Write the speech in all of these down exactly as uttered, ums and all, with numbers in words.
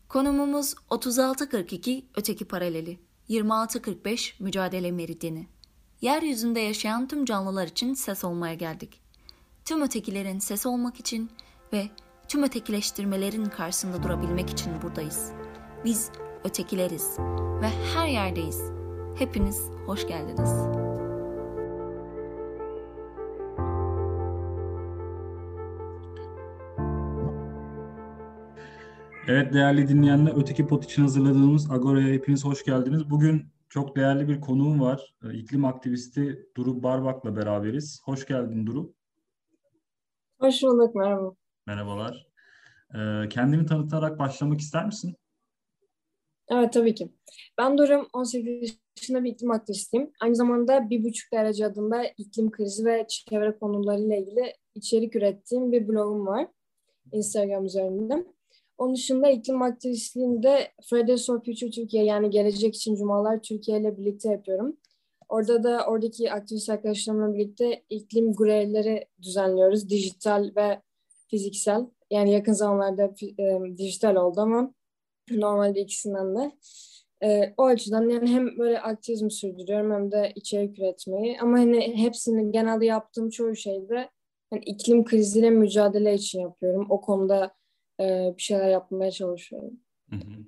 Konumumuz otuz altı kırk iki öteki paraleli, yirmi altı kırk beş mücadele meridyeni. Yeryüzünde yaşayan tüm canlılar için ses olmaya geldik. Tüm ötekilerin sesi olmak için ve tüm ötekileştirmelerin karşısında durabilmek için buradayız. Biz ötekileriz ve her yerdeyiz. Hepiniz hoş geldiniz. Evet değerli dinleyenler, Öteki Pot için hazırladığımız Agora'ya hepiniz hoş geldiniz. Bugün çok değerli bir konuğum var. Ee, İklim aktivisti Duru Barbak'la beraberiz. Hoş geldin Duru. Hoş bulduk, merhaba. Merhabalar. Ee, kendini tanıtarak başlamak ister misin? Evet, tabii ki. Ben Durum, on sekiz yaşında bir iklim aktivistiyim. Aynı zamanda Bir Buçuk Derece adında iklim krizi ve çevre konularıyla ilgili içerik ürettiğim bir blogum var Instagram üzerinde. Onun dışında iklim aktivistliğinde Fridays for Future Türkiye, yani Gelecek için Cumalar Türkiye ile birlikte yapıyorum. Orada da oradaki aktivist arkadaşlarımla birlikte iklim grevleri düzenliyoruz. Dijital ve fiziksel. Yani yakın zamanlarda e, dijital oldu ama normalde ikisinden de. E, o açıdan yani hem böyle aktivizm sürdürüyorum hem de içerik üretmeyi. Ama hani hepsini genelde yaptığım çoğu şeyde yani iklim kriziyle mücadele için yapıyorum. O konuda e, bir şeyler yapmaya çalışıyorum. Hı hı.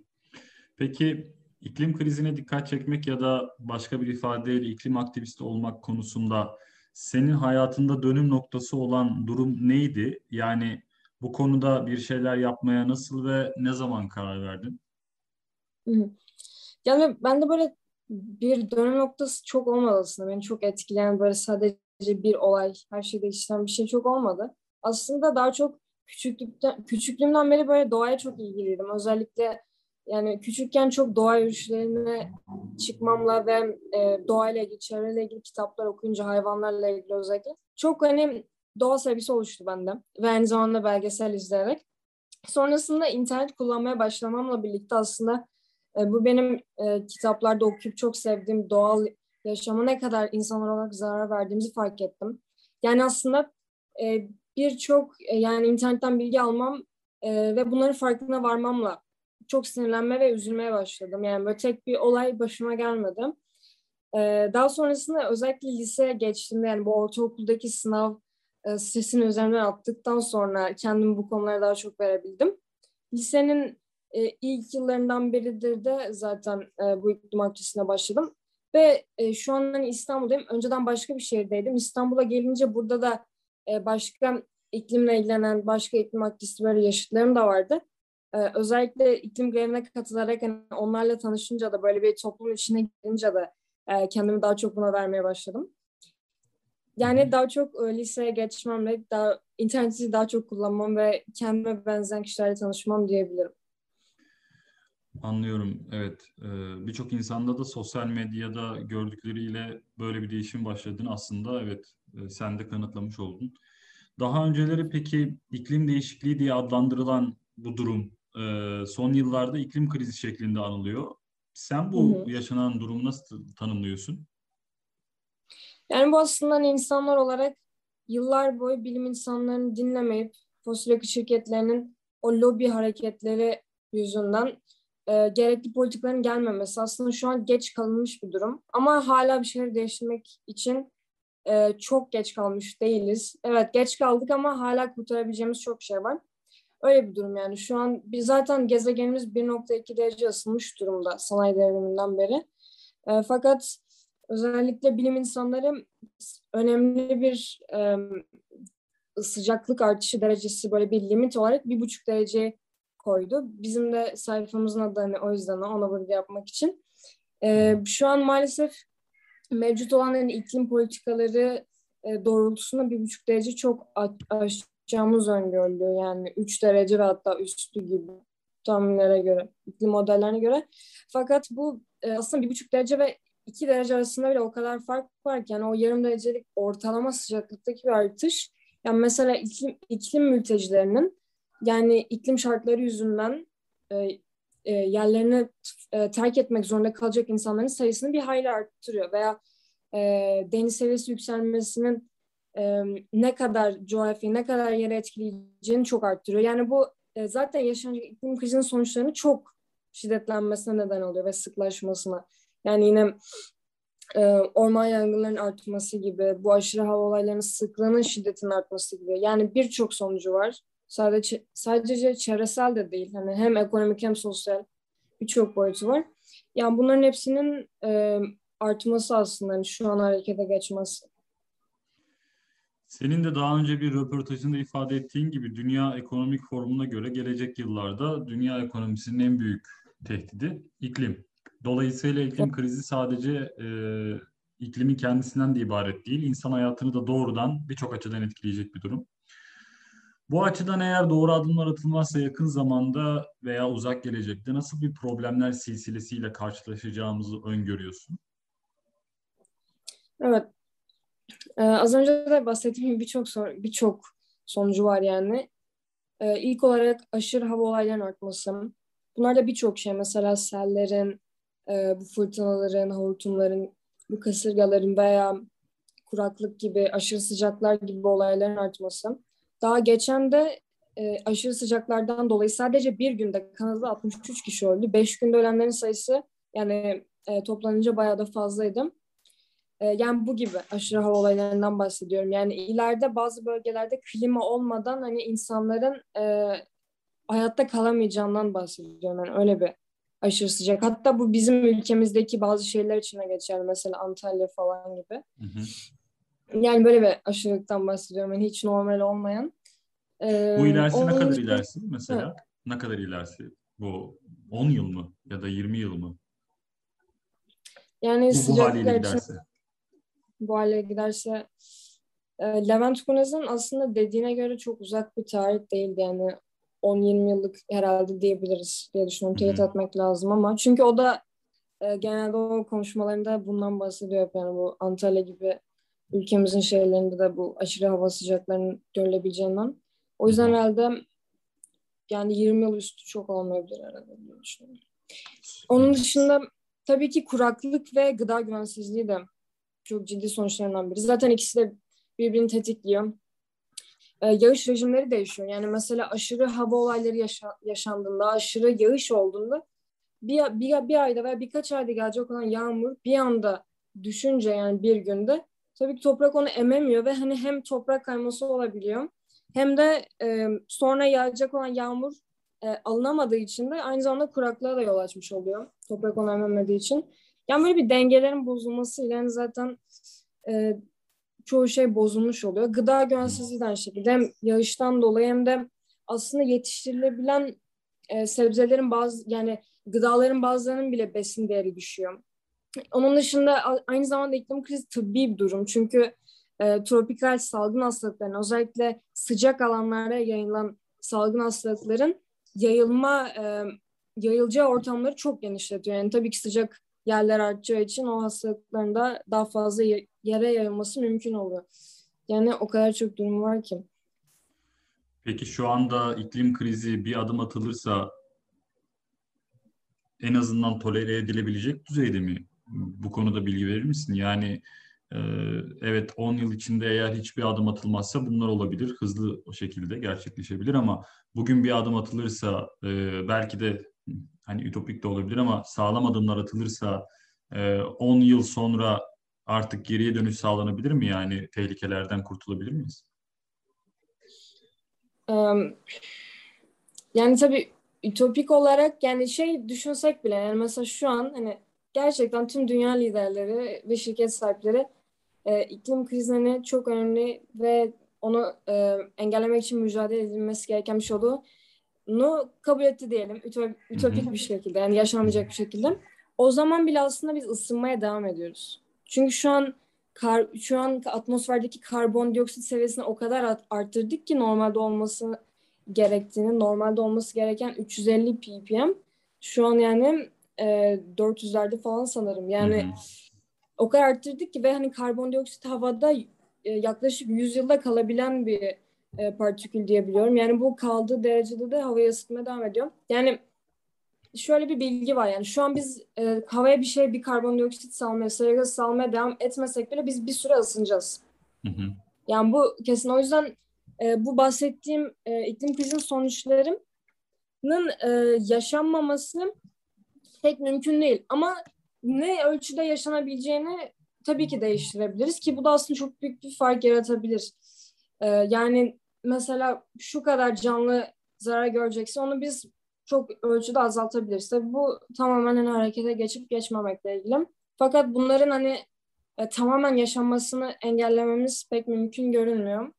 Peki iklim krizine dikkat çekmek ya da başka bir ifadeyle iklim aktivisti olmak konusunda senin hayatında dönüm noktası olan durum neydi? Yani bu konuda bir şeyler yapmaya nasıl ve ne zaman karar verdin? Hı hı. Yani ben de böyle bir dönüm noktası çok olmadı aslında. Beni çok etkileyen böyle sadece bir olay, her şeyi değiştiren bir şey çok olmadı. Aslında daha çok küçüklükten, küçüklüğümden beri böyle doğaya çok ilgiliydim. Özellikle yani küçükken çok doğa yürüyüşlerine çıkmamla ve e, doğayla ilgili, çevreyle ilgili kitaplar okuyunca, hayvanlarla ilgili özellikle çok hani doğa sevgisi oluştu bende. Ve aynı zamanda belgesel izleyerek. Sonrasında internet kullanmaya başlamamla birlikte aslında e, bu benim e, kitaplarda okuyup çok sevdiğim doğal yaşama ne kadar insanlar olarak zarar verdiğimizi fark ettim. Yani aslında e, birçok e, yani internetten bilgi almam e, ve bunların farkına varmamla çok sinirlenme ve üzülmeye başladım. Yani böyle tek bir olay başıma gelmedi. E, daha sonrasında özellikle liseye geçtiğimde yani bu ortaokuldaki sınav e, stresini üzerinden attıktan sonra kendimi bu konulara daha çok verebildim. Lisenin e, ilk yıllarından beridir de zaten e, bu iklim aktivistine başladım. Ve e, şu an hani İstanbul'dayım. Önceden başka bir şehirdeydim. İstanbul'a gelince burada da e, başka iklimle ilgilenen başka iklim aktivisti böyle yaşıtlarım da vardı. E, özellikle iklim grevine katılarak hani onlarla tanışınca da böyle bir toplum içine girince de e, kendimi daha çok buna vermeye başladım. Yani daha çok e, liseye geçmemle daha interneti daha çok kullanmam ve kendime benzeyen kişilerle tanışmam diyebilirim. Anlıyorum, evet. Ee, birçok insanda da sosyal medyada gördükleriyle böyle bir değişim başladığını aslında evet e, sen de kanıtlamış oldun. Daha önceleri peki iklim değişikliği diye adlandırılan bu durum e, son yıllarda iklim krizi şeklinde anılıyor. Sen Hı bu hı. yaşanan durumu nasıl tanımlıyorsun? Yani bu aslında hani insanlar olarak yıllar boyu bilim insanlarını dinlemeyip fosil yakıt şirketlerinin o lobi hareketleri yüzünden e, gerekli politikaların gelmemesi aslında şu an geç kalınmış bir durum. Ama hala bir şeyleri değiştirmek için e, çok geç kalmış değiliz. Evet, geç kaldık ama hala kurtarabileceğimiz çok şey var. Öyle bir durum yani. Şu an biz zaten gezegenimiz bir nokta iki derece ısınmış durumda sanayi devriminden beri. E, fakat özellikle bilim insanları önemli bir e, sıcaklık artışı derecesi böyle bir limit olarak bir buçuk derece koydu. Bizim de sayfamızın adı hani o yüzden ona burada yapmak için. E, şu an maalesef mevcut olan hani iklim politikaları e, doğrultusunda bir buçuk derece çok aşacağımız öngörülüyor. Yani üç derece ve hatta üstü gibi tahminlere göre, iklim modellerine göre. Fakat bu e, aslında bir buçuk derece ve iki derece arasında bile o kadar fark var ki yani o yarım derecelik ortalama sıcaklıktaki bir artış. Yani mesela iklim, iklim mültecilerinin yani iklim şartları yüzünden e, e, yerlerini e, terk etmek zorunda kalacak insanların sayısını bir hayli arttırıyor veya e, deniz seviyesi yükselmesinin e, ne kadar coğrafyayı, ne kadar yere etkileyeceğini çok arttırıyor. Yani bu e, zaten yaşanacak iklim krizinin sonuçlarını çok şiddetlenmesine neden oluyor ve sıklaşmasına. Yani yine e, orman yangınlarının artması gibi, bu aşırı hava olaylarının sıklığının şiddetinin artması gibi. Yani birçok sonucu var. Sadece sadece çevresel de değil. Hani hem ekonomik hem sosyal birçok boyutu var. Yani bunların hepsinin e, artması aslında hani şu an harekete geçmesi. Senin de daha önce bir röportajında ifade ettiğin gibi Dünya Ekonomik Forumu'na göre gelecek yıllarda dünya ekonomisinin en büyük tehdidi iklim. Dolayısıyla iklim krizi sadece e, iklimin kendisinden de ibaret değil, insan hayatını da doğrudan birçok açıdan etkileyecek bir durum. Bu açıdan eğer doğru adımlar atılmazsa yakın zamanda veya uzak gelecekte nasıl bir problemler silsilesiyle karşılaşacağımızı öngörüyorsun? Evet. Ee, az önce de bahsettiğim gibi birçok sor- birçok sonucu var yani. Ee, ilk olarak aşırı hava olaylarının artması. Bunlar da birçok şey. Mesela sellerin, e, bu fırtınaların, hortumların, bu kasırgaların veya kuraklık gibi, aşırı sıcaklar gibi olayların artması. Daha geçen de e, aşırı sıcaklardan dolayı sadece bir günde Kanada'da altmış üç kişi öldü. beş günde ölenlerin sayısı yani e, toplanınca bayağı da fazlaydı. E, yani bu gibi aşırı hava olaylarından bahsediyorum. Yani ileride bazı bölgelerde klima olmadan hani insanların e, hayatta kalamayacağından bahsediyorum. Yani öyle bir aşırı sıcak. Hatta bu bizim ülkemizdeki bazı şeyler için de geçerli. Mesela Antalya falan gibi. Hı hı. Yani böyle bir aşırılıktan bahsediyorum. Yani hiç normal olmayan. Bu Ee, ilerisi ne onun kadar dışında, ilerisi mesela? Ne kadar ilerisi? Bu on yıl mı ya da yirmi yıl mı? yani Bu bu haliyle sıcaklıklar için giderse. bu hale giderse e, Levent Kunez'in aslında dediğine göre çok uzak bir tarih değildi. Yani on yirmi yıllık herhalde diyebiliriz diye düşünüyorum. Hı Teyit hı. etmek lazım ama çünkü o da e, genelde o konuşmalarında bundan bahsediyor hep. Yani bu Antalya gibi ülkemizin şehirlerinde de bu aşırı hava sıcaklarının görülebileceğinden. O Hı yüzden hı. herhalde yani yirmi yıl üstü çok olmayabilir herhalde diye düşünüyorum. Onun Evet. dışında tabii ki kuraklık ve gıda güvensizliği de çok ciddi sonuçlarından biri. Zaten ikisi de birbirini tetikliyor. Ee, yağış rejimleri değişiyor. Yani mesela aşırı hava olayları yaşa- yaşandığında, aşırı yağış olduğunda bir, bir, bir ayda veya birkaç ayda gelecek olan yağmur bir anda düşünce yani bir günde tabii ki toprak onu ememiyor ve hani hem toprak kayması olabiliyor hem de e, sonra yağacak olan yağmur e, alınamadığı için de aynı zamanda kuraklığa da yol açmış oluyor. Toprak onu ememediği için. Yani böyle bir dengelerin bozulmasıyla yani zaten e, çoğu şey bozulmuş oluyor. Gıda güvensizliği de aynı şekilde hem yağıştan dolayı hem de aslında yetiştirilebilen e, sebzelerin bazı yani gıdaların bazılarının bile besin değeri düşüyor. Onun dışında aynı zamanda iklim krizi tıbbi bir durum. Çünkü e, tropikal salgın hastalıkların özellikle sıcak alanlara yayılan salgın hastalıkların yayılma e, yayılacağı ortamları çok genişletiyor. Yani tabii ki sıcak yerler artacağı için o hastalıkların da daha fazla yere yayılması mümkün oluyor. Yani o kadar çok durum var ki. Peki şu anda iklim krizi bir adım atılırsa en azından tolere edilebilecek düzeyde mi? Bu konuda bilgi verir misin? Yani e, evet on yıl içinde eğer hiçbir adım atılmazsa bunlar olabilir. Hızlı o şekilde gerçekleşebilir ama bugün bir adım atılırsa e, belki de hani ütopik de olabilir ama sağlam adımlar atılırsa e, on yıl sonra artık geriye dönüş sağlanabilir mi? Yani tehlikelerden kurtulabilir miyiz? Um, Yani tabii ütopik olarak yani şey düşünsek bile yani mesela şu an hani gerçekten tüm dünya liderleri ve şirket sahipleri e, iklim krizini çok önemli ve onu e, engellemek için mücadele edilmesi gereken bir şey olduğunu kabul etti diyelim. Ütop- Hı hı. ütopik bir şekilde yani Hı hı. yaşanmayacak bir şekilde. O zaman bile aslında biz ısınmaya devam ediyoruz. Çünkü şu an kar, şu an atmosferdeki karbondioksit seviyesini o kadar art- arttırdık ki normalde olması gerektiğini, normalde olması gereken üç yüz elli ppm. Şu an yani e, dört yüzlerde falan sanırım. Hı Yani hı. o kadar arttırdık ki ve hani karbondioksit havada e, yaklaşık yüz yılda kalabilen bir e, partikül diyebiliyorum. Yani bu kaldığı derecede de havayı ısıtmaya devam ediyor. Yani şöyle bir bilgi var yani şu an biz e, havaya bir şey bir karbondioksit salmaya, sera gazı salmaya devam etmesek bile biz bir süre ısınacağız. Hı hı. Yani bu kesin o yüzden e, bu bahsettiğim e, iklim krizinin sonuçları e, yaşanmaması pek mümkün değil. Ama ne ölçüde yaşanabileceğini tabii ki değiştirebiliriz ki bu da aslında çok büyük bir fark yaratabilir. Ee, yani mesela şu kadar canlı zarar görecekse onu biz çok ölçüde azaltabiliriz. Tabii bu tamamen hani harekete geçip geçmemekle ilgili. Fakat bunların hani e, tamamen yaşanmasını engellememiz pek mümkün görünmüyor.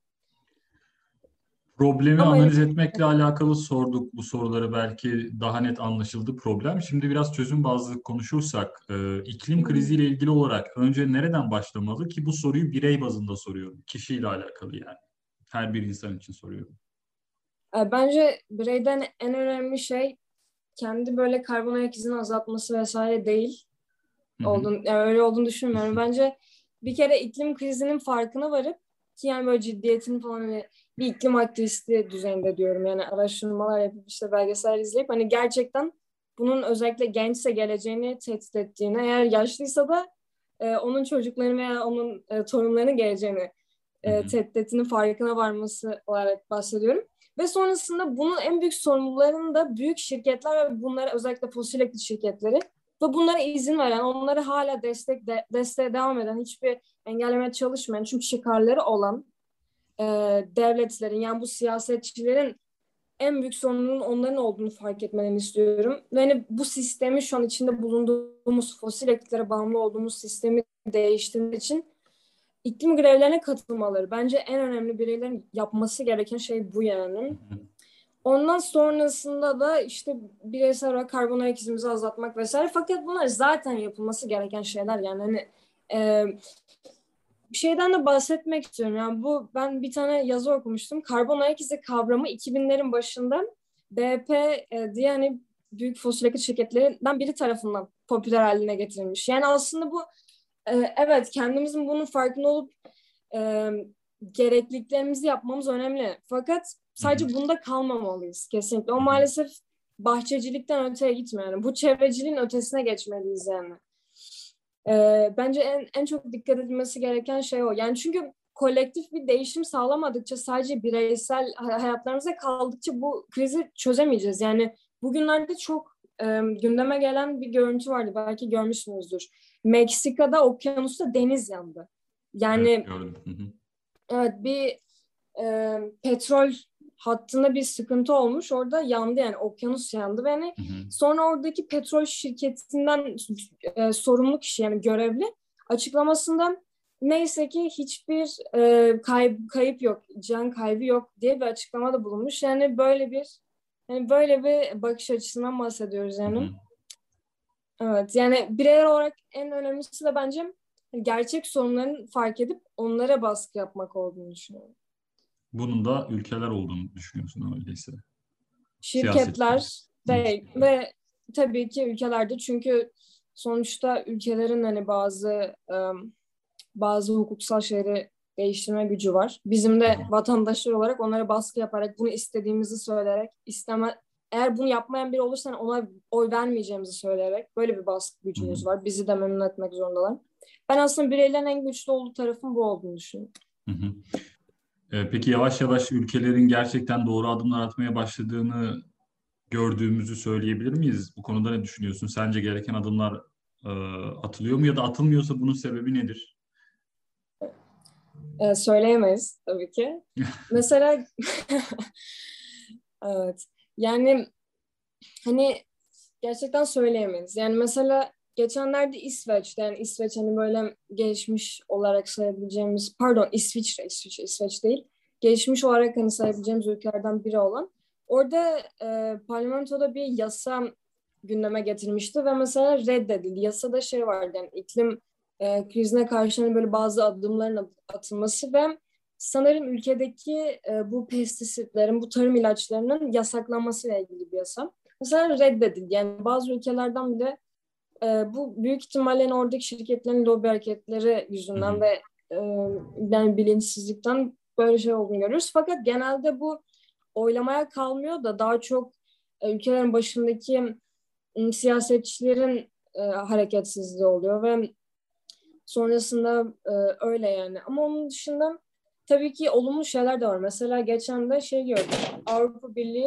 Problemi Ama analiz etmekle alakalı sorduk bu soruları, belki daha net anlaşıldı problem. Şimdi biraz çözüm bazlı konuşursak, e, iklim kriziyle ilgili olarak önce nereden başlamalı ki bu soruyu birey bazında soruyorum. Kişiyle alakalı yani. Her bir insan için soruyorum. e, bence bireyden en önemli şey kendi böyle karbon ayak izini azaltması vesaire değil. Hı hı. Olduğunu, yani öyle olduğunu düşünmüyorum. Bence bir kere iklim krizinin farkına varıp ki yani böyle ciddiyetini falan hani bir iklim aktivisti düzeyinde diyorum. Yani araştırmalar yapıp işte belgeseler izleyip hani gerçekten bunun özellikle gençse geleceğini tehdit ettiğini, eğer yaşlıysa da e, onun çocuklarını veya onun e, torunlarının geleceğini Hı e, hı. tehdit ettiğinin farkına varması olarak bahsediyorum. Ve sonrasında bunun en büyük sorumlularının da büyük şirketler ve bunlara özellikle fosil yakıt şirketleri ve bunlara izin veren, onları hala destek de, desteğe devam eden, hiçbir engellemeye çalışmayan, çünkü çıkarları olan e, devletlerin, yani bu siyasetçilerin en büyük sorununun onların olduğunu fark etmelerini istiyorum. Ve hani bu sistemi, şu an içinde bulunduğumuz fosil yakıtlara bağımlı olduğumuz sistemi değiştirmek için iklim grevlerine katılmaları. Bence en önemli bireylerin yapması gereken şey bu yani. Ondan sonrasında da işte bireysel olarak karbon ayak izimizi azaltmak vesaire. Fakat bunlar zaten yapılması gereken şeyler. Yani hani e, bir şeyden de bahsetmek istiyorum. Yani bu, ben bir tane yazı okumuştum. Karbon ayak izi kavramı iki binlerin başında B P e, diye hani büyük fosil yakıt şirketlerinden biri tarafından popüler haline getirilmiş. Yani aslında bu e, evet, kendimizin bunun farkında olup e, gerekliliklerimizi yapmamız önemli. Fakat Hı hı. sadece bunda kalmamalıyız kesinlikle. O maalesef bahçecilikten öteye gitmiyor. Yani bu çevreciliğin ötesine geçmeliyiz yani. Ee, bence en, en çok dikkat edilmesi gereken şey o. Yani çünkü kolektif bir değişim sağlamadıkça, sadece bireysel hayatlarımıza kaldıkça bu krizi çözemeyeceğiz. Yani bugünlerde çok e, gündeme gelen bir görüntü vardı. Belki görmüşsünüzdür. Meksika'da okyanusta deniz yandı. Evet, Yani gördüm. Hı hı. evet, bir e, petrol hattında bir sıkıntı olmuş. Orada yandı, yani okyanus yandı. Ve hani Hı hı. sonra oradaki petrol şirketinden e, sorumlu kişi, yani görevli, açıklamasında neyse ki hiçbir e, kayıp, kayıp yok, can kaybı yok diye bir açıklamada bulunmuş. Yani böyle bir yani böyle bir bakış açısından bahsediyoruz Hı yani. hı. Evet, yani birey olarak en önemlisi de bence gerçek sorunların fark edip onlara baskı yapmak olduğunu düşünüyorum. Bunun da ülkeler olduğunu düşünüyorsun öyleyse. Siyasetçiler. Şirketler Hı. ve, ve tabii ki ülkelerde, çünkü sonuçta ülkelerin hani bazı um, bazı hukuksal şeyleri değiştirme gücü var. Bizim Hı de hı. vatandaşlar olarak onlara baskı yaparak, bunu istediğimizi söyleyerek, isteme eğer bunu yapmayan biri olursa ona oy vermeyeceğimizi söyleyerek, böyle bir baskı Hı hı. gücümüz var. Bizi de memnun etmek zorundalar. Ben aslında bireylerin en güçlü olduğu tarafın bu olduğunu düşünüyorum. Hı hı. Ee, Peki yavaş yavaş ülkelerin gerçekten doğru adımlar atmaya başladığını gördüğümüzü söyleyebilir miyiz? Bu konuda ne düşünüyorsun? Sence gereken adımlar e, atılıyor mu ya da atılmıyorsa bunun sebebi nedir? Ee, söyleyemeyiz tabii ki. Mesela evet. Yani hani gerçekten söyleyemeyiz. Yani mesela geçenlerde İsveç'te, yani İsveç hani böyle gelişmiş olarak sayabileceğimiz, pardon, İsviçre, İsviçre, İsveç değil. Gelişmiş olarak hani sayabileceğimiz ülkelerden biri olan. Orada e, parlamentoda bir yasa gündeme getirmişti ve mesela reddedildi. Yasada şey vardı, yani iklim e, krizine karşı hani böyle bazı adımların atılması ve sanırım ülkedeki e, bu pestisitlerin, bu tarım ilaçlarının yasaklanmasıyla ilgili bir yasa. Mesela reddedildi. Yani bazı ülkelerden bile e, bu büyük ihtimalle oradaki şirketlerin lobi hareketleri Hı hı. yüzünden ve e, yani bilinçsizlikten böyle şey olduğunu görüyoruz. Fakat genelde bu oylamaya kalmıyor da daha çok e, ülkelerin başındaki e, siyasetçilerin e, hareketsizliği oluyor ve sonrasında e, öyle yani. Ama onun dışında tabii ki olumlu şeyler de var. Mesela geçen de şey gördüm. Avrupa Birliği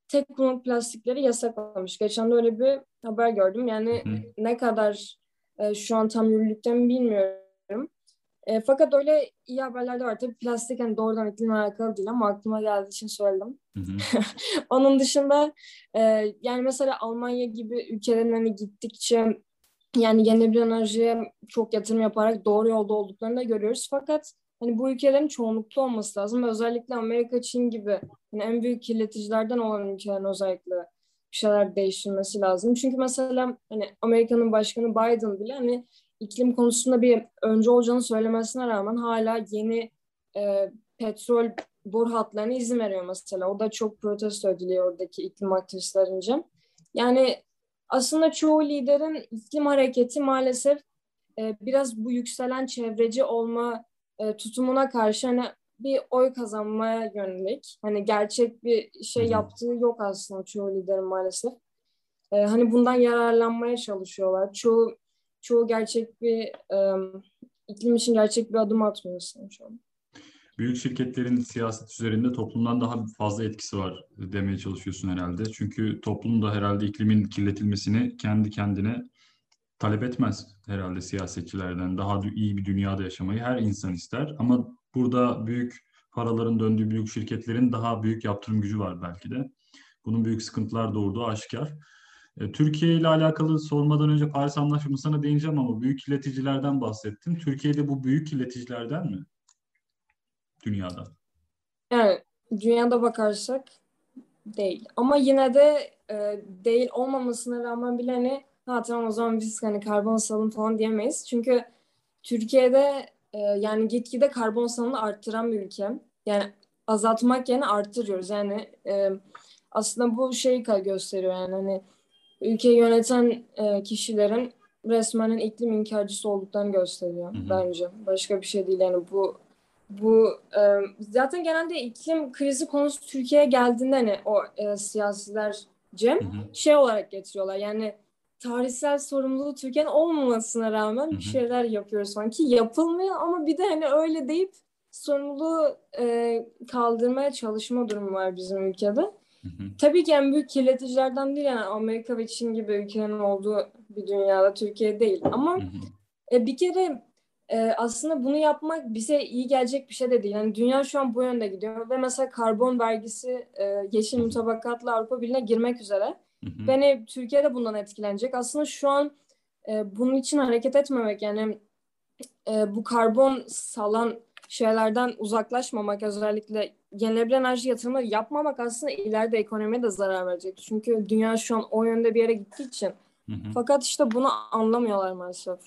tek kullanımlık plastikleri yasaklamış. Geçen de öyle bir haber gördüm. Yani Hı hı. ne kadar e, şu an tam yürürlükte mi bilmiyorum. E, fakat öyle iyi haberler de var. Tabii plastik hani doğrudan iklimle alakalı değil ama aklıma geldiği için söyledim. Hı hı. Onun dışında e, yani mesela Almanya gibi ülkelerin hani gittikçe yani yenilenebilir enerjiye çok yatırım yaparak doğru yolda olduklarını da görüyoruz. Fakat hani bu ülkelerin çoğunlukta olması lazım ve özellikle Amerika, Çin gibi hani en büyük kirleticilerden olan ülkelerin özellikle bir şeyler değiştirmesi lazım. Çünkü mesela hani Amerika'nın başkanı Biden bile hani iklim konusunda bir önce olacağını söylemesine rağmen hala yeni e, petrol boru hatlarına izin veriyor mesela. O da çok protesto ediliyor oradaki iklim aktivistlerince. Yani aslında çoğu liderin iklim hareketi maalesef e, biraz bu yükselen çevreci olma e, tutumuna karşı hani bir oy kazanmaya yönelik. Hani gerçek bir Hı şey hı. yaptığı yok aslında çoğu liderin maalesef. E, hani bundan yararlanmaya çalışıyorlar. Çoğu çoğu gerçek bir e, iklim için gerçek bir adım atmıyor aslında şu an. Büyük şirketlerin siyaset üzerinde toplumdan daha fazla etkisi var demeye çalışıyorsun herhalde. Çünkü toplum da herhalde iklimin kirletilmesini kendi kendine talep etmez herhalde siyasetçilerden. Daha dü- iyi bir dünyada yaşamayı her insan ister. Ama burada büyük paraların döndüğü büyük şirketlerin daha büyük yaptırım gücü var belki de. Bunun büyük sıkıntılar doğurduğu aşikar. E, Türkiye ile alakalı sormadan önce Paris Anlaşması'na değineceğim ama büyük kirleticilerden bahsettin. Türkiye'de bu büyük kirleticilerden mi dünyada? Yani dünyada bakarsak değil. Ama yine de e, değil olmamasına rağmen bile hani ha tamam o zaman biz hani karbon salım falan diyemeyiz. Çünkü Türkiye'de e, yani gitgide karbon salımını arttıran bir ülke. Yani azaltmak yerine arttırıyoruz. Yani e, aslında bu şeyi ka- gösteriyor yani hani ülkeyi yöneten e, kişilerin resmen hani iklim inkarcısı olduklarını gösteriyor Hı hı, bence. Başka bir şey değil yani bu bu e, zaten genelde iklim krizi konusu Türkiye'ye geldiğinde hani o e, siyasilerce hı hı, şey olarak getiriyorlar. Yani tarihsel sorumluluğu Türkiye'nin olmamasına hı rağmen bir hı, şeyler yapıyoruz sanki. Yapılmıyor ama bir de hani öyle deyip sorumluluğu e, kaldırmaya çalışma durumu var bizim ülkede. hı hı, Tabii ki en büyük kirleticilerden değil yani Amerika ve Çin gibi ülkelerin olduğu bir dünyada Türkiye değil. hı Ama hı, e, bir kere e, aslında bunu yapmak bize iyi gelecek bir şey de değil. Yani dünya şu an bu yönde gidiyor ve mesela karbon vergisi e, yeşil hı hı, mutabakatla Avrupa Birliği'ne girmek üzere. hı hı. Ve hani Türkiye de bundan etkilenecek. Aslında şu an e, bunun için hareket etmemek yani e, bu karbon salan şeylerden uzaklaşmamak özellikle yenilenebilir enerji yatırımları yapmamak aslında ileride ekonomiye de zarar verecek. Çünkü dünya şu an o yönde bir yere gittiği için. Hı hı. Fakat işte bunu anlamıyorlar maalesef.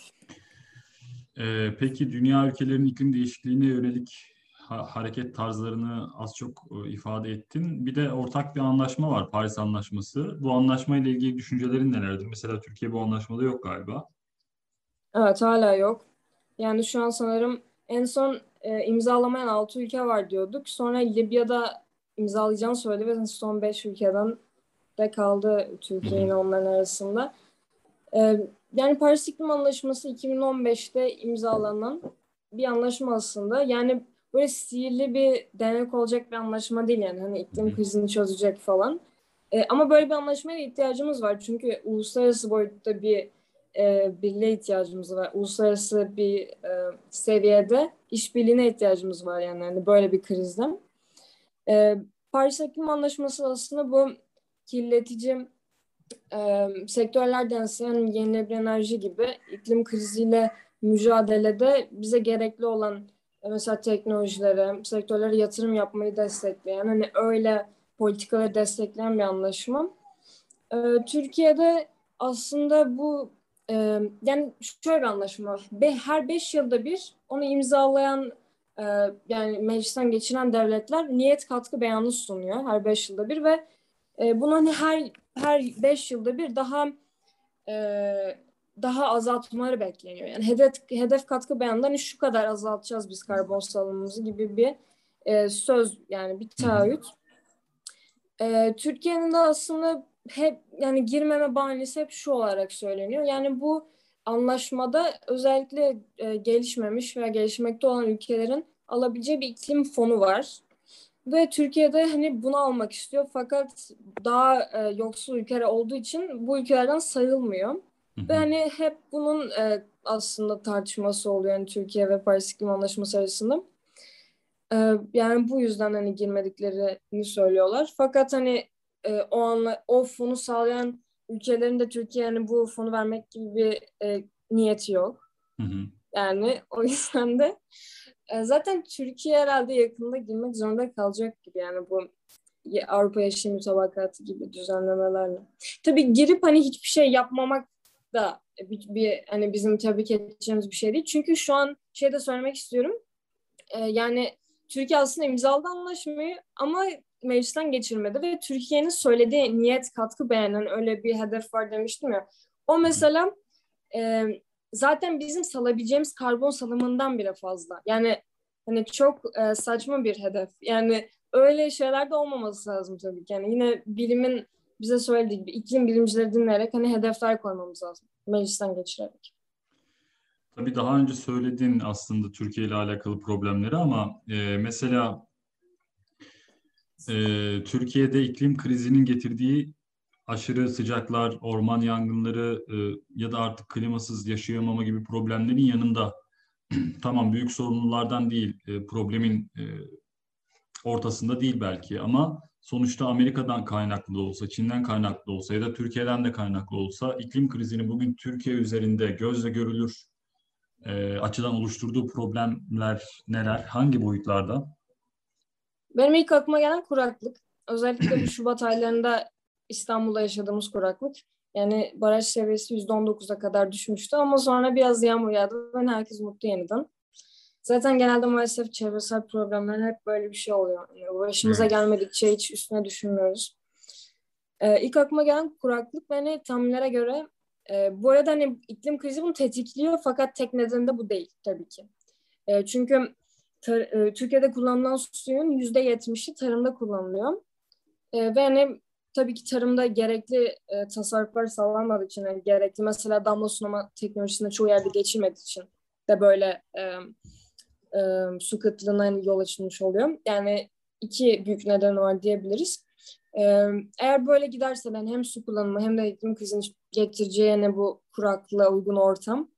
Ee, peki dünya ülkelerinin iklim değişikliğine yönelik ha- hareket tarzlarını az çok e, ifade ettin. Bir de ortak bir anlaşma var, Paris Anlaşması. Bu anlaşmayla ilgili düşüncelerin nelerdir? Mesela Türkiye bu anlaşmada yok galiba. Evet hala yok. Yani şu an sanırım en son e, imzalamayan altı ülke var diyorduk. Sonra Libya'da imzalayacağını söyledi ve son beş ülkeden de kaldı Hı Türkiye hı, yine onların arasında. Ee, yani Paris İklim Anlaşması iki bin on beşte imzalanan bir anlaşma aslında. Yani böyle sihirli bir denek olacak bir anlaşma değil yani. Hani hı iklim hı, krizini çözecek falan. Ee, ama böyle bir anlaşmaya ihtiyacımız var. Çünkü uluslararası boyutta bir e, birliğe ihtiyacımız var. Uluslararası bir e, seviyede işbirliğine ihtiyacımız var yani. Hani böyle bir krizde. Ee, Paris İklim Anlaşması aslında bu kirletici e, sektörlerden isen yenilenebilir enerji gibi iklim kriziyle mücadelede bize gerekli olan e, mesela teknolojilere, sektörlere yatırım yapmayı destekleyen, hani öyle politikaları destekleyen bir anlaşma. E, Türkiye'de aslında bu e, yani şöyle bir anlaşma. Be, her beş yılda bir onu imzalayan e, yani meclisten geçiren devletler niyet katkı beyanı sunuyor her beş yılda bir ve e, bunu hani her her beş yılda bir daha e, daha azaltmaları bekleniyor. Yani hedef hedef katkı beyanında hani şu kadar azaltacağız biz karbon salınımımızı gibi bir e, söz yani bir hı hı, taahhüt. E, Türkiye'nin de aslında hep yani girmeme bahanesi hep şu olarak söyleniyor. Yani bu anlaşmada özellikle e, gelişmemiş veya gelişmekte olan ülkelerin alabileceği bir iklim fonu var. Ve Türkiye'de hani bunu almak istiyor fakat daha e, yoksul ülkeler olduğu için bu ülkelerden sayılmıyor. Hı Ve hı. hani hep bunun e, aslında tartışması oluyor yani Türkiye ve Paris İklim Anlaşması arasında. E, yani bu yüzden hani girmediklerini söylüyorlar. Fakat hani e, o anla, o fonu sağlayan ülkelerin de Türkiye'ye hani bu fonu vermek gibi bir e, niyeti yok. Hı hı. Yani o yüzden de e, zaten Türkiye herhalde yakında girmek zorunda kalacak gibi yani bu Avrupa Yeşil Mutabakatı gibi düzenlemelerle. Tabii girip hani hiçbir şey yapmamak da bir, bir hani bizim tebrik edeceğimiz bir şey değil. Çünkü şu an şey de söylemek istiyorum. E, yani Türkiye aslında imzaladı anlaşmayı ama meclisten geçirmedi ve Türkiye'nin söylediği niyet katkı beğenen öyle bir hedef var demiştim ya. O mesela e, zaten bizim salabileceğimiz karbon salımından bile fazla. Yani hani çok e, saçma bir hedef. Yani öyle şeyler de olmaması lazım tabii ki. Yani yine bilimin bize söylediği gibi iklim bilimcileri dinleyerek hani hedefler koymamız lazım. Meclisten geçirerek. Tabii daha önce söyledin aslında Türkiye ile alakalı problemleri ama e, mesela e, Türkiye'de iklim krizinin getirdiği aşırı sıcaklar, orman yangınları e, ya da artık klimasız yaşayamama gibi problemlerin yanında tamam büyük sorunlardan değil, e, problemin e, ortasında değil belki ama sonuçta Amerika'dan kaynaklı da olsa, Çin'den kaynaklı da olsa ya da Türkiye'den de kaynaklı olsa iklim krizini bugün Türkiye üzerinde gözle görülür e, açıdan oluşturduğu problemler neler? Hangi boyutlarda? Benim ilk aklıma gelen kuraklık. Özellikle bu Şubat aylarında İstanbul'da yaşadığımız kuraklık. Yani baraj seviyesi yüzde on dokuza kadar düşmüştü ama sonra biraz yağmur yağdı ve herkes mutlu yeniden. Zaten genelde maalesef çevresel problemler hep böyle bir şey oluyor. Yani başımıza Evet. gelmedikçe hiç üstüne düşünmüyoruz. Ee, ilk aklıma gelen kuraklık beni tahminlere göre e, bu arada hani iklim krizi bunu tetikliyor fakat tek nedeni de bu değil tabii ki. E, çünkü tar- e, Türkiye'de kullanılan suyun yüzde yetmişi tarımda kullanılıyor. E, ve hani tabii ki tarımda gerekli e, tasarruflar sağlanmadığı için yani gerekli mesela damla sulama teknolojisinde çoğu yerde geçilmediği için de böyle e, e, su kıtlığına yol açılmış oluyor. Yani iki büyük neden var diyebiliriz. E, eğer böyle giderse yani hem su kullanımı hem de iklim krizinin getireceği yani bu kuraklığa uygun ortam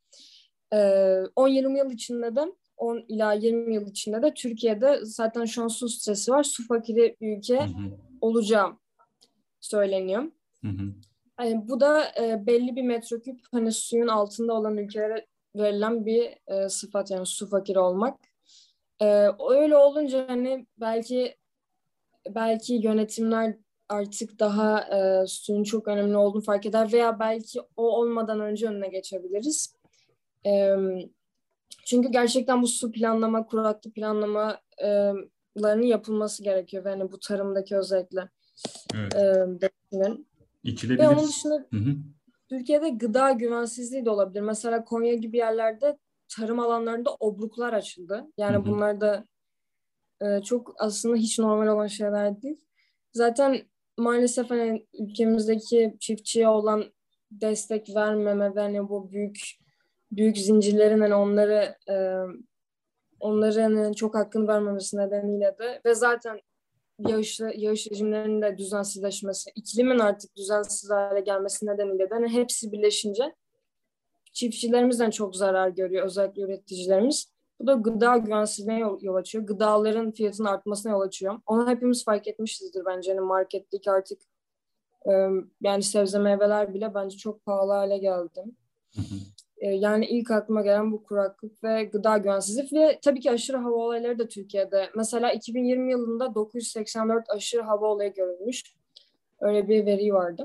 on yirmi yıl içinde de on ila yirmi yıl içinde de Türkiye'de zaten şu an su stresi var. Su fakiri bir Hı ülke hı, olacağı söyleniyor. hı hı. Yani bu da e, belli bir metreküp hani suyun altında olan ülkelere verilen bir e, sıfat yani su fakiri olmak. E, öyle olunca hani belki belki yönetimler artık daha e, suyun çok önemli olduğunu fark eder veya belki o olmadan önce önüne geçebiliriz. E, Çünkü gerçekten bu su planlama, kuraklık planlamalarının yapılması gerekiyor. Yani bu tarımdaki özellikle e, Evet. besinlerin. Ve onun İçilebilir. dışında Hı hı, Türkiye'de gıda güvensizliği de olabilir. Mesela Konya gibi yerlerde tarım alanlarında obruklar açıldı. hı Yani hı. bunlar da e, çok aslında hiç normal olan şeyler değil. Zaten maalesef hani ülkemizdeki çiftçiye olan destek vermeme ve hani bu büyük büyük zincirlerin hani onları e, onların hani çok hakkını vermemesi nedeniyle de ve zaten yağış, yağış rejimlerinin de düzensizleşmesi, iklimin artık düzensiz hale gelmesi nedeniyle de hani hepsi birleşince çiftçilerimizden çok zarar görüyor, özellikle üreticilerimiz. Bu da gıda güvensizliğine yol, yol açıyor. Gıdaların fiyatının artmasına yol açıyor. Onu hepimiz fark etmişizdir bence. Yani marketteki artık e, yani sebze meyveler bile bence çok pahalı hale geldi. Hı hı. E, yani ilk aklıma gelen bu kuraklık ve gıda güvensizliği ve tabii ki aşırı hava olayları da Türkiye'de. Mesela iki bin yirmi yılında dokuz yüz seksen dört aşırı hava olayı görülmüş. Öyle bir veri vardı.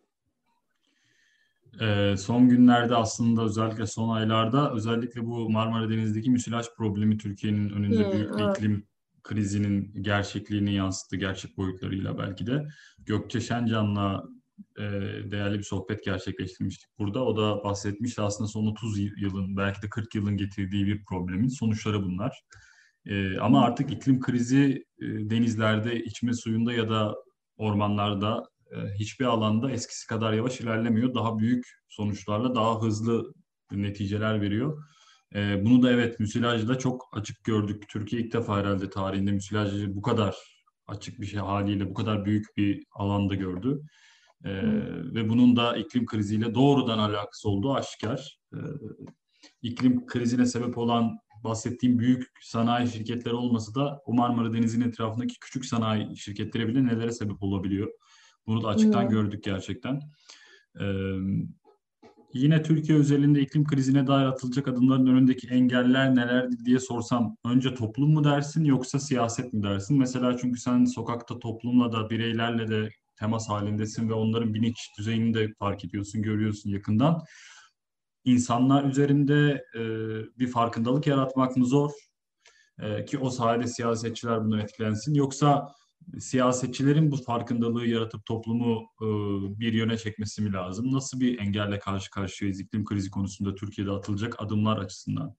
Ee, son günlerde aslında özellikle son aylarda özellikle bu Marmara Denizi'ndeki müsilaj problemi Türkiye'nin önünde büyük Hmm, bir evet. iklim krizinin gerçekliğini yansıttı gerçek boyutlarıyla belki de. Gökçe Şencan'la e, değerli bir sohbet gerçekleştirmiştik burada. O da bahsetmişti aslında son otuz yılın belki de kırk yılın getirdiği bir problemin sonuçları bunlar. E, ama artık iklim krizi e, denizlerde, içme suyunda ya da ormanlarda e, hiçbir alanda eskisi kadar yavaş ilerlemiyor. Daha büyük sonuçlarla daha hızlı neticeler veriyor. E, bunu da evet müsilajla çok açık gördük. Türkiye ilk defa herhalde tarihinde müsilajı bu kadar açık bir şey haliyle bu kadar büyük bir alanda gördü. Ee, Hı. ve bunun da iklim kriziyle doğrudan alakası olduğu aşikar. Ee, iklim krizine sebep olan bahsettiğim büyük sanayi şirketleri olması da o Marmara Denizi'nin etrafındaki küçük sanayi şirketleri bile nelere sebep olabiliyor. Bunu da açıktan Hı. gördük gerçekten. Ee, Yine Türkiye özelinde iklim krizine dair atılacak adımların önündeki engeller nelerdi diye sorsam önce toplum mu dersin yoksa siyaset mi dersin? Mesela çünkü sen sokakta toplumla da bireylerle de temas halindesin ve onların bilinç düzeyini de fark ediyorsun, görüyorsun yakından. İnsanlar üzerinde e, bir farkındalık yaratmak mı zor? E, ki o sayede siyasetçiler bundan etkilensin. Yoksa siyasetçilerin bu farkındalığı yaratıp toplumu e, bir yöne çekmesi mi lazım? Nasıl bir engelle karşı karşıyayız iklim krizi konusunda Türkiye'de atılacak adımlar açısından?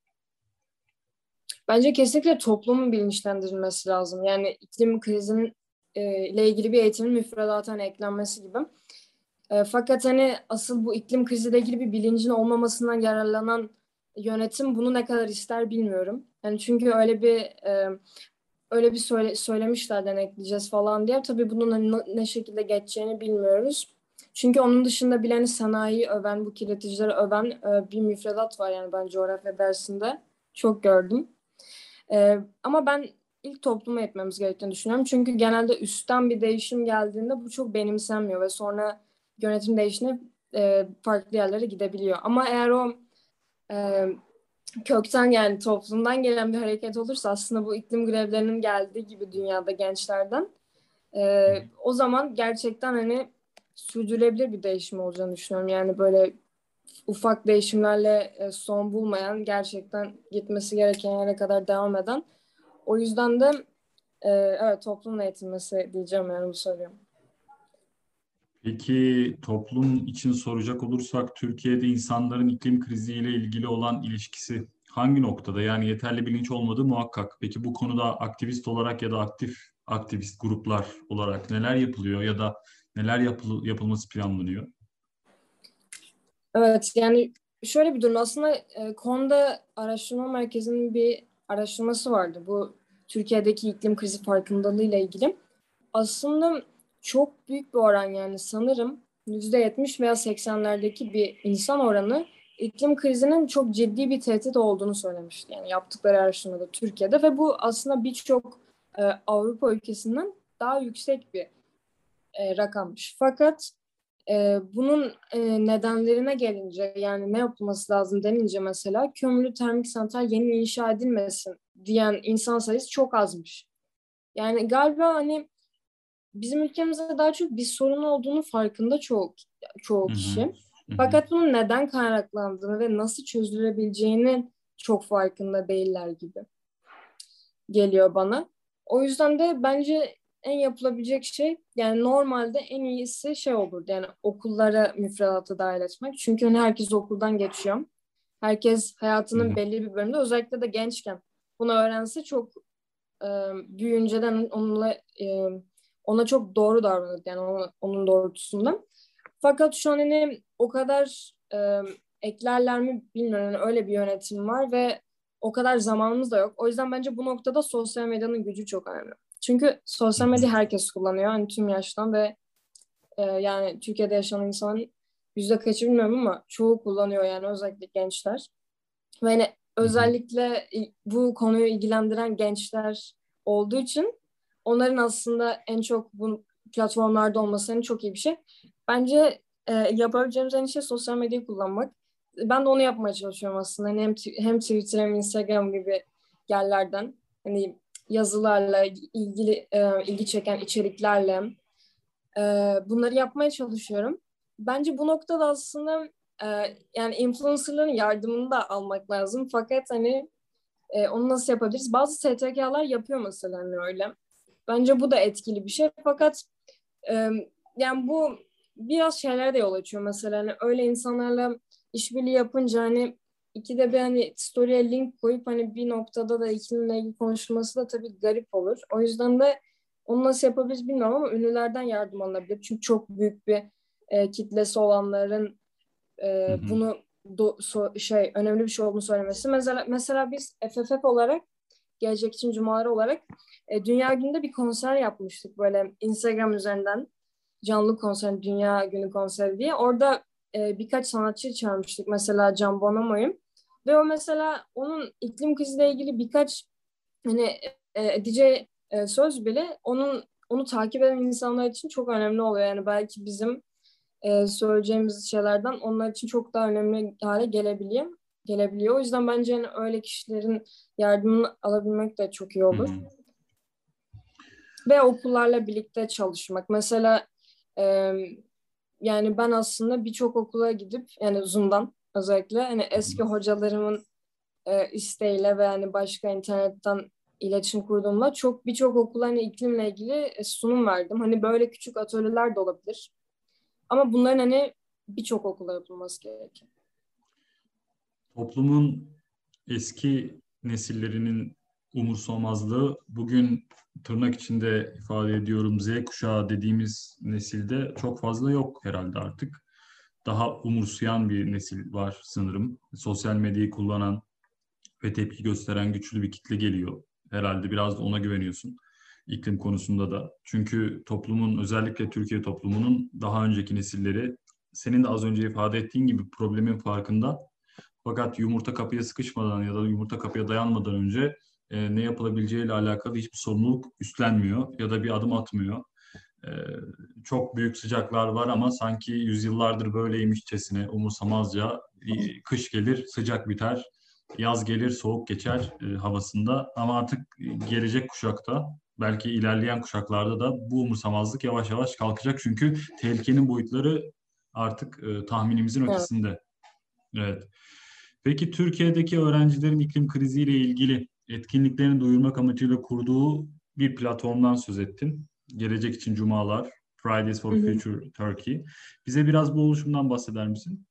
Bence kesinlikle toplumun bilinçlendirilmesi lazım. Yani iklim krizinin e, ile ilgili bir eğitimin müfredatına hani eklenmesi gibi. E, fakat hani asıl bu iklim kriziyle ilgili bir bilincin olmamasından yararlanan yönetim bunu ne kadar ister bilmiyorum. Yani çünkü öyle bir e, öyle bir söyle, söylemişler denetleyeceğiz falan diye. Tabii bunun hani ne, ne şekilde geçeceğini bilmiyoruz. Çünkü onun dışında bile hani sanayiyi öven, bu kirleticileri öven e, bir müfredat var yani ben coğrafya dersinde. Çok gördüm. Ee, ama ben ilk topluma etmemiz gerektiğini düşünüyorum. Çünkü genelde üstten bir değişim geldiğinde bu çok benimsenmiyor ve sonra yönetim değişimine e, farklı yerlere gidebiliyor. Ama eğer o e, kökten yani toplumdan gelen bir hareket olursa aslında bu iklim grevlerinin geldiği gibi dünyada gençlerden e, o zaman gerçekten hani sürdürülebilir bir değişim olacağını düşünüyorum. Yani böyle ufak değişimlerle e, son bulmayan, gerçekten gitmesi gereken yere kadar devam eden. O yüzden de e, evet toplumla eğitilmesi diyeceğim yani bu soruyu. Peki toplum için soracak olursak Türkiye'de insanların iklim kriziyle ilgili olan ilişkisi hangi noktada? Yani yeterli bilinç olmadığı muhakkak. Peki bu konuda aktivist olarak ya da aktif aktivist gruplar olarak neler yapılıyor ya da neler yapıl yapılması planlanıyor? Evet yani şöyle bir durum aslında e, konuda araştırma merkezinin bir araştırması vardı. Bu Türkiye'deki iklim krizi farkındalığı ile ilgili. Aslında çok büyük bir oran yani sanırım yüzde yetmiş veya seksenlerdeki bir insan oranı iklim krizinin çok ciddi bir tehdit olduğunu söylemişti. Yani yaptıkları araştırmada Türkiye'de ve bu aslında birçok e, Avrupa ülkesinden daha yüksek bir e, rakammış. Fakat e, bunun e, nedenlerine gelince yani ne yapılması lazım denince mesela kömürlü termik santral yeni inşa edilmesin diyen insan sayısı çok azmış. Yani galiba hani bizim ülkemizde daha çok bir sorun olduğunu farkında çoğu, çoğu Hı hı, kişi. hı hı. Fakat bunun neden kaynaklandığını ve nasıl çözülebileceğini çok farkında değiller gibi geliyor bana. O yüzden de bence en yapılabilecek şey yani normalde en iyisi şey olurdu yani okullara müfredata dahil etmek. Çünkü hani herkes okuldan geçiyor. Herkes Hı hayatının hı. belli bir bölümünde özellikle de gençken bunu öğrense çok e, büyüyünceden onunla e, ona çok doğru davranır yani ona, onun doğrultusunda. Fakat şu an hani o kadar e, eklerler mi bilmiyorum. Yani öyle bir yönetim var ve o kadar zamanımız da yok. O yüzden bence bu noktada sosyal medyanın gücü çok önemli. Çünkü Hı sosyal hı. medya herkes kullanıyor. Hani tüm yaştan ve e, yani Türkiye'de yaşayan insanın yüzde kaçı bilmiyorum ama çoğu kullanıyor yani özellikle gençler. Ve hani Hı hı. özellikle bu konuyu ilgilendiren gençler olduğu için onların aslında en çok bu platformlarda olması hani çok iyi bir şey. Bence e, yapabileceğimiz en iyi şey sosyal medyayı kullanmak. Ben de onu yapmaya çalışıyorum aslında. Hani hem, hem Twitter hem Instagram gibi yerlerden hani yazılarla ilgili e, ilgi çeken içeriklerle e, bunları yapmaya çalışıyorum. Bence bu noktada aslında e, yani influencerların yardımını da almak lazım. Fakat hani e, onu nasıl yapabiliriz? Bazı S T K'lar yapıyor mesela hani öyle. Bence bu da etkili bir şey. Fakat e, yani bu biraz şeylere de yol açıyor mesela. Hani öyle insanlarla işbirliği yapınca hani ikide bir hani story'e link koyup hani bir noktada da iklimle ilgili konuşması da tabii garip olur. O yüzden de onu nasıl yapabiliriz bilmiyorum ama ünlülerden yardım alınabilir. Çünkü çok büyük bir e, kitlesi olanların Hı e, hı. bunu do, so, şey önemli bir şey olduğunu söylemesi. Mesela mesela biz F F F olarak Gelecek için Cumaları olarak e, Dünya Günü'nde bir konser yapmıştık böyle Instagram üzerinden. Canlı konser, Dünya Günü konseri diye. Orada e, birkaç sanatçı çağırmıştık. Mesela Can Bonomo'yu. Ve o mesela onun iklim kriziyle ilgili birkaç hani e, edeceği e, söz bile onun onu takip eden insanlar için çok önemli oluyor. Yani belki bizim e, söyleyeceğimiz şeylerden onlar için çok daha önemli hale gelebiliyor. gelebiliyor. O yüzden bence yani öyle kişilerin yardımını alabilmek de çok iyi Hı olur. hı. Ve okullarla birlikte çalışmak. Mesela e, yani ben aslında birçok okula gidip yani Zoom'dan özellikle hani eski hocalarımın e, isteğiyle ve yani başka internetten iletişim kurduğumda çok birçok okula hani iklimle ilgili e, sunum verdim. Hani böyle küçük atölyeler de olabilir. Ama bunların hani birçok okula yapılması gerekiyor. Toplumun eski nesillerinin umursamazlığı bugün tırnak içinde ifade ediyorum Z kuşağı dediğimiz nesilde çok fazla yok herhalde artık. Daha umursayan bir nesil var sanırım. Sosyal medyayı kullanan ve tepki gösteren güçlü bir kitle geliyor. Herhalde biraz da ona güveniyorsun iklim konusunda da. Çünkü toplumun özellikle Türkiye toplumunun daha önceki nesilleri senin de az önce ifade ettiğin gibi problemin farkında. Fakat yumurta kapıya sıkışmadan ya da yumurta kapıya dayanmadan önce e, ne yapılabileceğiyle alakalı hiçbir sorumluluk üstlenmiyor ya da bir adım atmıyor. E, Çok büyük sıcaklar var ama sanki yüzyıllardır böyleymişçesine umursamazca e, kış gelir, sıcak biter, yaz gelir, soğuk geçer e, havasında. Ama artık gelecek kuşakta, belki ilerleyen kuşaklarda da bu umursamazlık yavaş yavaş kalkacak. Çünkü tehlikenin boyutları artık e, tahminimizin Evet. ötesinde. Evet. Peki Türkiye'deki öğrencilerin iklim kriziyle ilgili etkinliklerini duyurmak amacıyla kurduğu bir platformdan söz ettin. Gelecek için Cumalar, Fridays Hı for hı. Future Turkey. Bize biraz bu oluşumdan bahseder misin?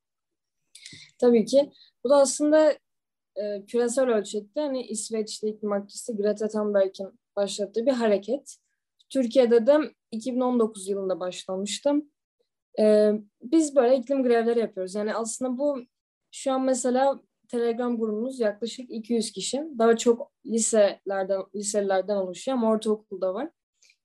Tabii ki. Bu da aslında e, küresel ölçekte hani İsveçli iklim aktivisti Greta Thunberg'in başlattığı bir hareket. Türkiye'de de iki bin on dokuz yılında başlamıştım. E, biz böyle iklim grevleri yapıyoruz. Yani aslında bu şu an mesela Telegram grubumuz yaklaşık iki yüz kişi. Daha çok liselerden, liselilerden oluşuyor ama ortaokulda var.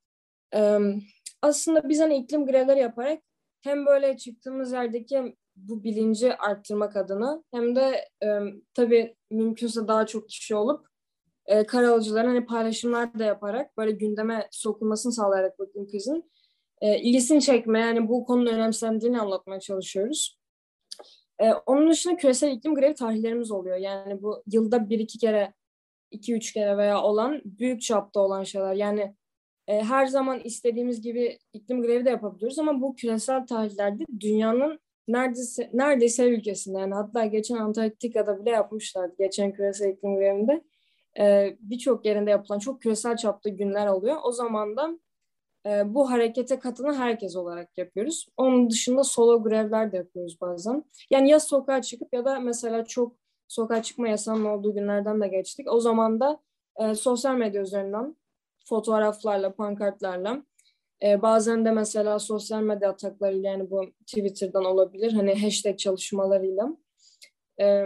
E, aslında biz hani iklim grevleri yaparak hem böyle çıktığımız yerdeki bu bilinci arttırmak adına hem de e, tabii mümkünse daha çok kişi olup e, karar alıcıların hani paylaşımlar da yaparak böyle gündeme sokulmasını sağlayarak bu iklim krizinin e, ilgisini çekmeye yani bu konunun önemsendiğini anlatmaya çalışıyoruz. E, onun dışında küresel iklim grevi tarihlerimiz oluyor. Yani bu yılda bir iki kere, iki üç kere veya olan büyük çapta olan şeyler. Yani e, her zaman istediğimiz gibi iklim grevi de yapabiliyoruz ama bu küresel tarihlerde dünyanın neredeyse neredeyse her ülkesinde yani hatta geçen Antarktika'da bile yapmışlardı. Geçen küresel iklim grevinde e, birçok yerinde yapılan çok küresel çapta günler oluyor. O zaman da e, bu harekete katılan herkes olarak yapıyoruz. Onun dışında solo grevler de yapıyoruz bazen. Yani ya sokağa çıkıp ya da mesela çok sokağa çıkma yasağının olduğu günlerden de geçtik. O zaman da e, sosyal medya üzerinden fotoğraflarla, pankartlarla e, bazen de mesela sosyal medya ataklarıyla yani bu Twitter'dan olabilir. Hani hashtag çalışmalarıyla e,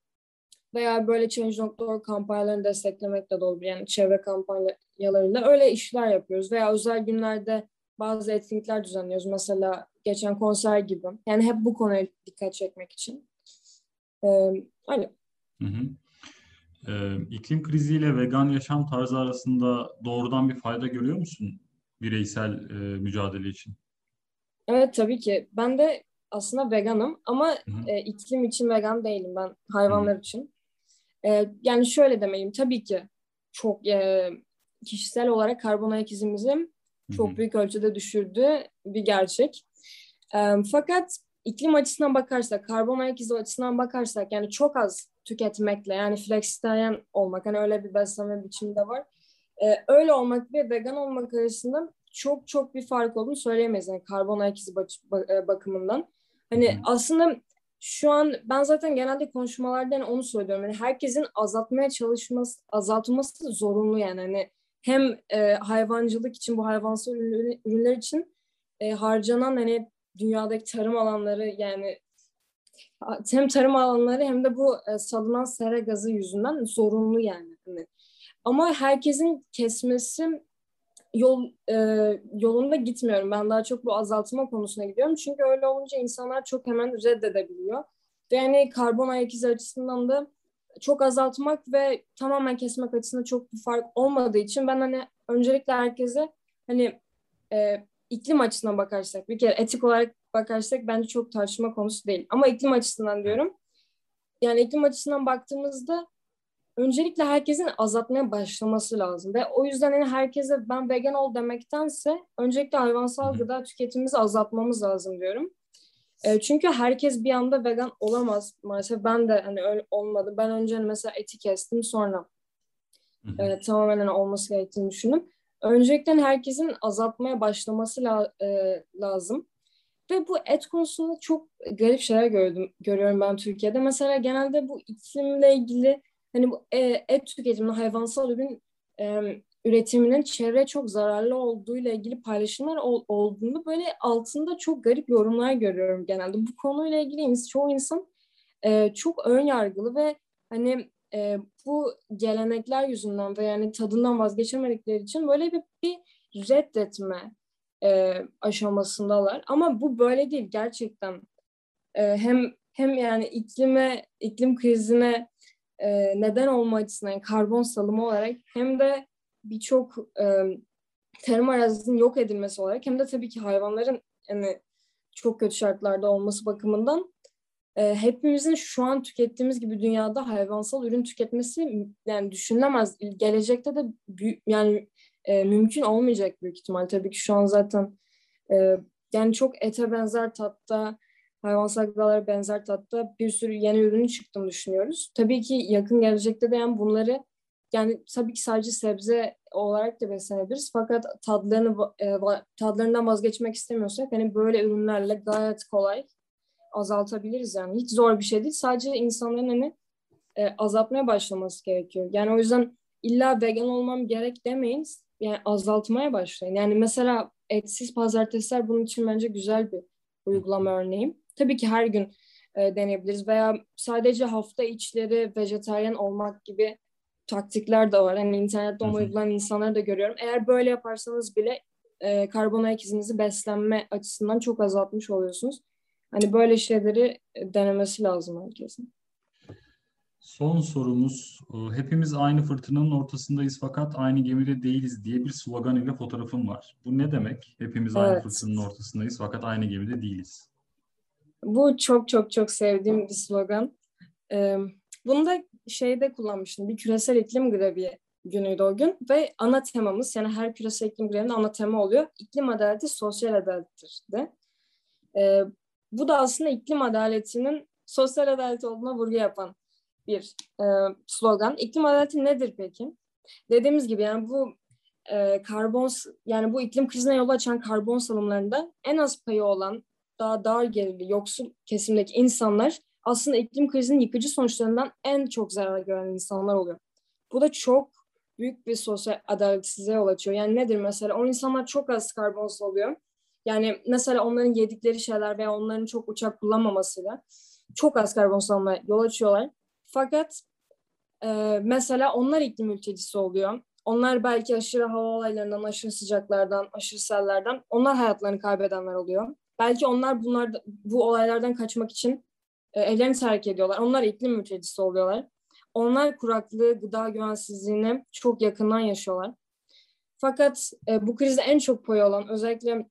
veya böyle change nokta org kampanyalarını desteklemekle de olabilir. Yani çevre kampanyalarıyla öyle işler yapıyoruz. Veya özel günlerde bazı etkinlikler düzenliyoruz. Mesela geçen konser gibi. Yani hep bu konuya dikkat çekmek için. E, öyle. Hı hı. Ee, iklim kriziyle vegan yaşam tarzı arasında doğrudan bir fayda görüyor musun bireysel e, mücadele için? Evet tabii ki. Ben de aslında veganım ama Hı hı. e, iklim için vegan değilim. Ben Hı hı. hayvanlar için. E, yani şöyle demeliyim. Tabii ki çok e, kişisel olarak karbon ayak izimizi Hı hı. çok büyük ölçüde düşürdüğü bir gerçek. E, fakat iklim açısından bakarsak, karbon ayak izi açısından bakarsak yani çok az tüketmekle yani flexitarian olmak hani öyle bir beslenme biçimi de var. E, öyle olmak ve vegan olmak arasında çok çok bir fark olduğunu söyleyemeyiz yani karbon ayak izi bakımından. Hı Hani hı. aslında şu an ben zaten genelde konuşmalarda hani onu söylüyorum. Yani herkesin azaltmaya çalışması, azaltılması zorunlu yani. Hani hem e, hayvancılık için bu hayvansal ürünler, ürünler için e, harcanan hani dünyadaki tarım alanları yani hem tarım alanları hem de bu e, salınan sera gazı yüzünden zorunlu yani. Hani Ama herkesin kesmesi yol e, yolunda gitmiyorum. Ben daha çok bu azaltma konusuna gidiyorum. Çünkü öyle olunca insanlar çok hemen reddedebiliyor. Ve yani karbon ayak izi açısından da çok azaltmak ve tamamen kesmek açısından çok bir fark olmadığı için ben hani öncelikle herkese hani e, iklim açısından bakarsak, bir kere etik olarak bakarsak bence çok tartışma konusu değil. Ama iklim açısından diyorum. Yani iklim açısından baktığımızda öncelikle herkesin azaltmaya başlaması lazım. Ve o yüzden hani herkese ben vegan ol demektense öncelikle Hı hayvansal hı. gıda tüketimimizi azaltmamız lazım diyorum. E, çünkü herkes bir anda vegan olamaz. Maalesef ben de hani öyle olmadı. Ben önce hani mesela eti kestim, sonra Hı hı. e, tamamen hani olması gerektiğini düşündüm. Öncelikle hani herkesin azaltmaya başlaması la- e, lazım. Ve bu et konusunda çok garip şeyler gördüm, görüyorum ben Türkiye'de. Mesela genelde bu iklimle ilgili hani bu e, et tüketiminin, hayvansal ürün e, üretiminin çevreye çok zararlı olduğu ile ilgili paylaşımlar ol, olduğunda böyle altında çok garip yorumlar görüyorum genelde. Bu konuyla ilgili ins- çoğu insan e, çok ön yargılı ve hani e, bu gelenekler yüzünden ve yani tadından vazgeçemedikleri için böyle bir, bir reddetme e, aşamasındalar. Ama bu böyle değil gerçekten. E, hem hem yani iklime, iklim krizine e, neden olma açısından yani karbon salımı olarak hem de birçok e, tarım arazisinin yok edilmesi olarak hem de tabii ki hayvanların yani çok kötü şartlarda olması bakımından e, hepimizin şu an tükettiğimiz gibi dünyada hayvansal ürün tüketmesi yani düşünülemez. Gelecekte de büyük, yani e, mümkün olmayacak büyük ihtimal. Tabii ki şu an zaten e, yani çok ete benzer tatta, hayvansal gıdalara benzer tatta bir sürü yeni ürünün çıktığını düşünüyoruz. Tabii ki yakın gelecekte de yani bunları yani tabii ki sadece sebze olarak da beslenebiliriz. Fakat tadlarını e, tadlarından vazgeçmek istemiyorsak hani böyle ürünlerle gayet kolay azaltabiliriz yani. Hiç zor bir şey değil. Sadece insanların hani e, azaltmaya başlaması gerekiyor. Yani o yüzden illa vegan olmam gerek demeyin. Yani azaltmaya başlayın. Yani mesela etsiz pazartesiler bunun için bence güzel bir uygulama örneği. Tabii ki her gün e, deneyebiliriz veya sadece hafta içleri vejetaryen olmak gibi taktikler de var. Hani internette Hı onu hı. uygulayan insanları da görüyorum. Eğer böyle yaparsanız bile e, karbon ayak izinizi beslenme açısından çok azaltmış oluyorsunuz. Hani böyle şeyleri e, denemesi lazım herkesin. Son sorumuz, e, hepimiz aynı fırtınanın ortasındayız fakat aynı gemide değiliz diye bir slogan ile fotoğrafım var. Bu ne demek? Hepimiz aynı Evet. fırtınanın ortasındayız fakat aynı gemide değiliz. Bu çok çok çok sevdiğim bir slogan. Ee, bunu da şeyde kullanmıştım. Bir küresel iklim grevi günüydü o gün. Ve ana temamız yani her küresel iklim grevinin ana tema oluyor. İklim adaleti sosyal adalettir de. Ee, bu da aslında iklim adaletinin sosyal adalet olduğuna vurgu yapan bir e, slogan. İklim adaleti nedir peki? Dediğimiz gibi yani bu e, karbon yani bu iklim krizine yol açan karbon salımlarında en az payı olan daha dar gelirli yoksul kesimdeki insanlar aslında iklim krizinin yıkıcı sonuçlarından en çok zarar gören insanlar oluyor. Bu da çok büyük bir sosyal adaletsizliğe yol açıyor. Yani nedir mesela? O insanlar çok az karbon salıyor. Yani mesela onların yedikleri şeyler veya onların çok uçak kullanmamasıyla çok az karbon salmaya yol açıyorlar. Fakat ee, mesela onlar iklim mültecisi oluyor. Onlar belki aşırı hava olaylarından, aşırı sıcaklardan, aşırı sellerden onlar hayatlarını kaybedenler oluyor. Belki onlar bunlar bu olaylardan kaçmak için e, evlerini terk ediyorlar. Onlar iklim mültecisi oluyorlar. Onlar kuraklığı, gıda güvensizliğini çok yakından yaşıyorlar. Fakat e, bu krizde en çok payı olan özellikle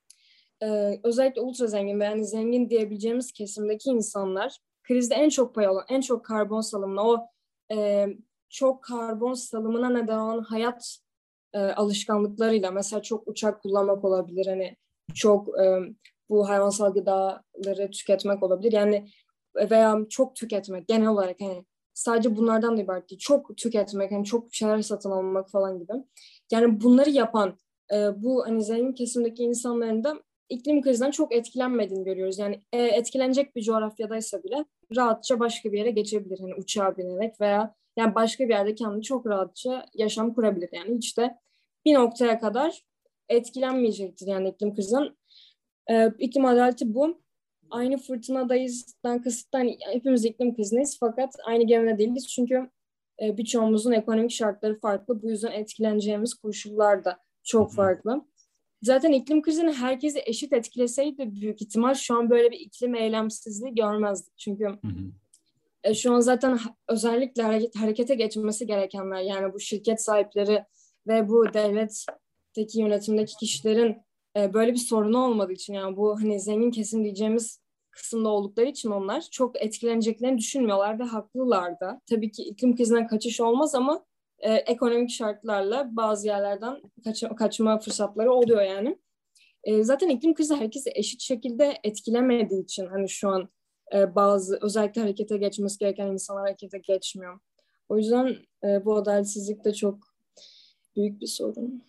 e, özellikle ultra zengin ve yani zengin diyebileceğimiz kesimdeki insanlar krizde en çok pay olan, en çok karbon salımına, o e, çok karbon salımına neden olan hayat e, alışkanlıklarıyla mesela çok uçak kullanmak olabilir, hani çok e, bu hayvansal gıdaları tüketmek olabilir. Yani veya çok tüketmek genel olarak hani sadece bunlardan da ibaret değil. Çok tüketmek, hani çok şeyler satın almak falan gibi. Yani bunları yapan e, bu hani zengin kesimdeki insanların da iklim krizinden çok etkilenmediğini görüyoruz. Yani e, etkilenecek bir coğrafyadaysa bile rahatça başka bir yere geçebilir. Hani uçağa binerek veya yani başka bir yerde kendini çok rahatça yaşam kurabilir. Yani hiç de bir noktaya kadar etkilenmeyecektir yani iklim krizinden. E, iklim adaleti bu. Aynı fırtınadayızdan kasıttan yani hepimiz iklim krizindeyiz fakat aynı gemide değiliz. Çünkü e, birçoğumuzun ekonomik şartları farklı. Bu yüzden etkileneceğimiz koşullar da çok farklı. Zaten iklim krizini herkesi eşit etkileseydi büyük ihtimal şu an böyle bir iklim eylemsizliği görmezdik. Çünkü Hı hı. e, şu an zaten özellikle hareket, harekete geçmesi gerekenler, yani bu şirket sahipleri ve bu devletteki yönetimdeki kişilerin e, böyle bir sorunu olmadığı için, yani bu hani zengin kesim diyeceğimiz kısımda oldukları için onlar çok etkileneceklerini düşünmüyorlar ve haklılar da. Tabii ki iklim krizinden kaçış olmaz ama e, ekonomik şartlarla bazı yerlerden kaç, kaçma fırsatları oluyor yani. E, zaten iklim krizi herkesi eşit şekilde etkilemediği için hani şu an e, bazı özellikle harekete geçmesi gereken insanlar harekete geçmiyor. O yüzden e, bu adaletsizlik de çok büyük bir sorun.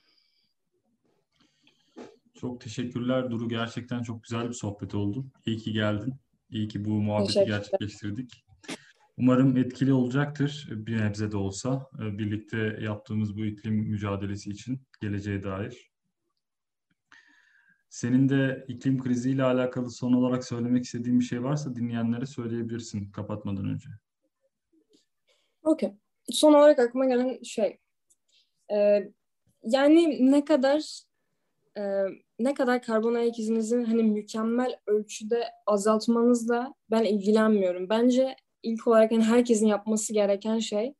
Çok teşekkürler Duru. Gerçekten çok güzel bir sohbet oldu. İyi ki geldin. İyi ki bu muhabbeti Teşekkürler. gerçekleştirdik. Umarım etkili olacaktır bir nebze de olsa birlikte yaptığımız bu iklim mücadelesi için geleceğe dair. Senin de iklim kriziyle alakalı son olarak söylemek istediğin bir şey varsa dinleyenlere söyleyebilirsin kapatmadan önce. Okey. Son olarak aklıma gelen şey, e, yani ne kadar e, ne kadar karbon ayak izinizi hani mükemmel ölçüde azaltmanızla ben ilgilenmiyorum. Bence ilk olarak hani herkesin yapması gereken şey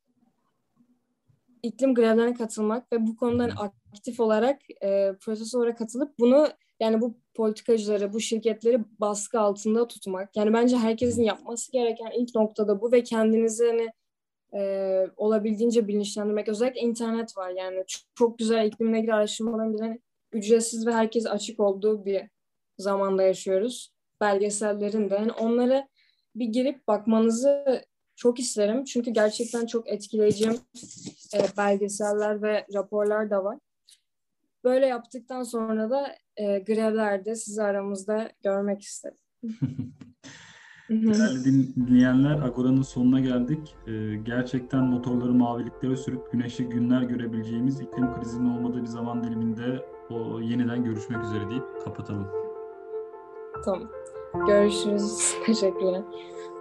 iklim grevlerine katılmak ve bu konudan aktif olarak e, protesto olarak katılıp bunu, yani bu politikacıları, bu şirketleri baskı altında tutmak. Yani bence herkesin yapması gereken ilk noktada bu ve kendinizi hani e, olabildiğince bilinçlendirmek. Özellikle internet var, yani çok, çok güzel iklimle ilgili araştırmaların bile ücretsiz ve herkes açık olduğu bir zamanda yaşıyoruz. Belgesellerin de yani onlara bir girip bakmanızı çok isterim. Çünkü gerçekten çok etkileyici e, belgeseller ve raporlar da var. Böyle yaptıktan sonra da e, grevlerde sizi aramızda görmek isterim. Değerli dinleyenler, Agora'nın sonuna geldik. Ee, gerçekten motorları maviliklere sürüp güneşli günler görebileceğimiz iklim krizinin olmadığı bir zaman diliminde o yeniden görüşmek üzere deyip kapatalım. Tamam. Görüşürüz. Teşekkürler.